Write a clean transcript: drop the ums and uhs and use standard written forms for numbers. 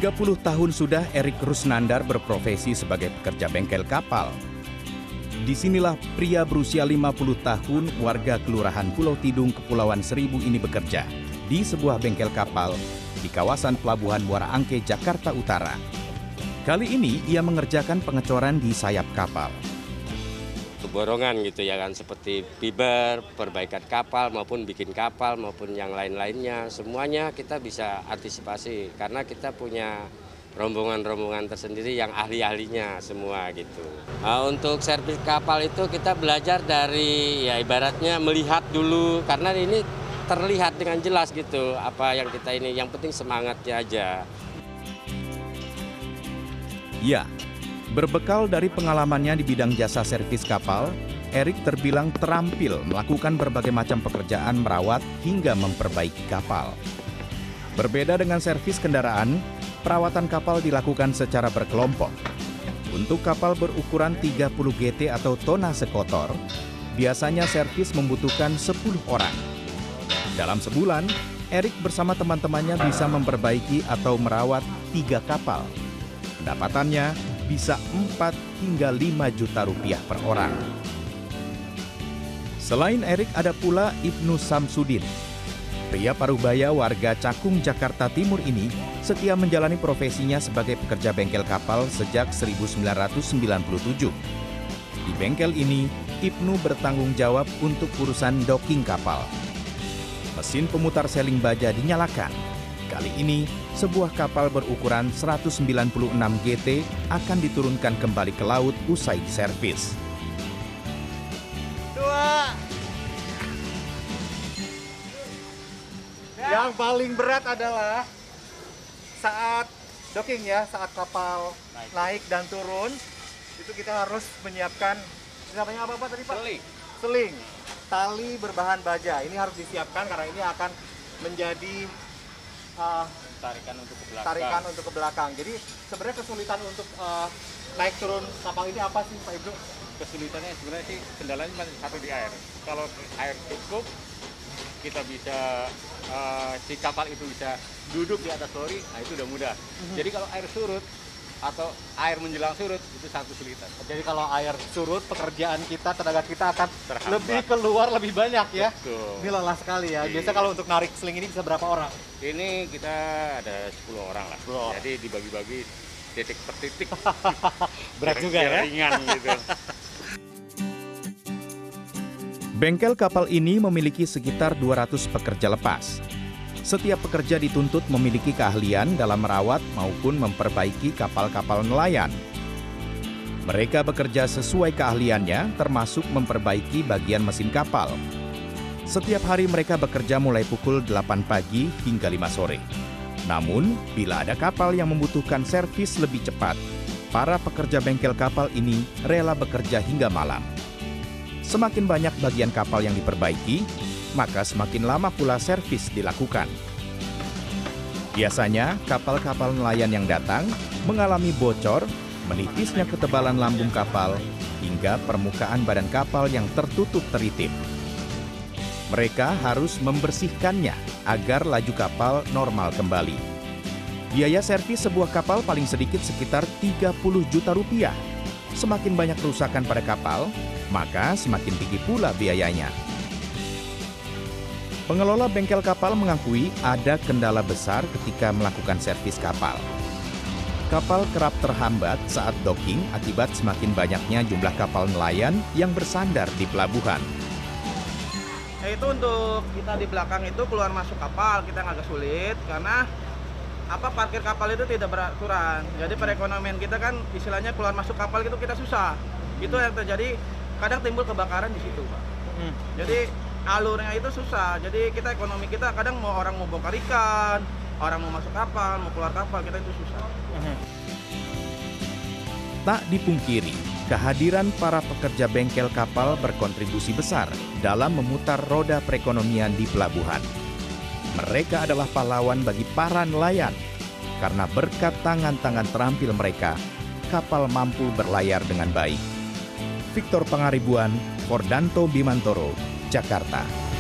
30 tahun sudah Erik Rusnandar berprofesi sebagai pekerja bengkel kapal. Disinilah pria berusia 50 tahun warga Kelurahan Pulau Tidung, Kepulauan Seribu ini bekerja di sebuah bengkel kapal di kawasan Pelabuhan Muara Angke, Jakarta Utara. Kali ini ia mengerjakan pengecoran di sayap kapal. Borongan gitu ya kan, seperti fiber, perbaikan kapal maupun bikin kapal maupun yang lain-lainnya, semuanya kita bisa antisipasi karena kita punya rombongan-rombongan tersendiri yang ahli-ahlinya semua gitu. Untuk servis kapal itu kita belajar dari ya ibaratnya melihat dulu karena ini terlihat dengan jelas gitu apa yang kita ini, yang penting semangatnya aja. Ya. Berbekal dari pengalamannya di bidang jasa servis kapal, Erik terbilang terampil melakukan berbagai macam pekerjaan merawat hingga memperbaiki kapal. Berbeda dengan servis kendaraan, perawatan kapal dilakukan secara berkelompok. Untuk kapal berukuran 30 GT atau tonnase kotor, biasanya servis membutuhkan 10 orang. Dalam sebulan, Erik bersama teman-temannya bisa memperbaiki atau merawat 3 kapal. Pendapatannya bisa 4 hingga 5 juta rupiah per orang. Selain Erik ada pula Ibnu Samsudin. Pria Parubaya warga Cakung, Jakarta Timur ini setia menjalani profesinya sebagai pekerja bengkel kapal sejak 1997. Di bengkel ini, Ibnu bertanggung jawab untuk urusan docking kapal. Mesin pemutar seling baja dinyalakan. Kali ini, sebuah kapal berukuran 196 GT akan diturunkan kembali ke laut usai diservis. 2. Yang paling berat adalah saat docking ya, saat kapal naik dan turun, itu kita harus menyiapkan, namanya apa tadi Pak? Seling. Tali berbahan baja, ini harus disiapkan karena ini akan menjadi tarikan untuk ke belakang. Jadi sebenarnya kesulitan untuk naik turun kapal ini apa sih Pak Ibnu? Kesulitannya sebenarnya sih kendalanya cuma satu di air. Kalau air cukup, kita bisa si kapal itu bisa duduk di atas lori, nah itu udah mudah. Jadi kalau air surut atau air menjelang surut itu satu kesulitan. Jadi kalau air surut, pekerjaan kita, tenaga kita akan Terhambat. lebih keluar lebih banyak ya. Betul. Ini lelah sekali ya. Biasa kalau untuk narik seling ini bisa berapa orang? Ini kita ada 10 orang lah. 10 orang. Jadi dibagi-bagi titik per titik. Berat juga ya. Ringan gitu. Bengkel kapal ini memiliki sekitar 200 pekerja lepas. Setiap pekerja dituntut memiliki keahlian dalam merawat maupun memperbaiki kapal-kapal nelayan. Mereka bekerja sesuai keahliannya, termasuk memperbaiki bagian mesin kapal. Setiap hari mereka bekerja mulai pukul 8 pagi hingga 5 sore. Namun, bila ada kapal yang membutuhkan servis lebih cepat, para pekerja bengkel kapal ini rela bekerja hingga malam. Semakin banyak bagian kapal yang diperbaiki, maka semakin lama pula servis dilakukan. Biasanya, kapal-kapal nelayan yang datang mengalami bocor, menipisnya ketebalan lambung kapal, hingga permukaan badan kapal yang tertutup teritip. Mereka harus membersihkannya agar laju kapal normal kembali. Biaya servis sebuah kapal paling sedikit sekitar 30 juta rupiah. Semakin banyak kerusakan pada kapal, maka semakin tinggi pula biayanya. Pengelola bengkel kapal mengakui ada kendala besar ketika melakukan servis kapal. Kapal kerap terhambat saat docking akibat semakin banyaknya jumlah kapal nelayan yang bersandar di pelabuhan. Itu untuk kita di belakang itu keluar masuk kapal kita agak sulit karena parkir kapal itu tidak beraturan. Jadi perekonomian kita kan istilahnya keluar masuk kapal itu kita susah. Itu yang terjadi, kadang timbul kebakaran di situ, Pak. Jadi alurnya itu susah, jadi kita ekonomi kita kadang orang mau bongkar ikan, orang mau masuk kapal, mau keluar kapal, kita itu susah. Tak dipungkiri, kehadiran para pekerja bengkel kapal berkontribusi besar dalam memutar roda perekonomian di pelabuhan. Mereka adalah pahlawan bagi para nelayan, karena berkat tangan-tangan terampil mereka, kapal mampu berlayar dengan baik. Victor Pangaribuan, Fordanto Bimantoro, Jakarta.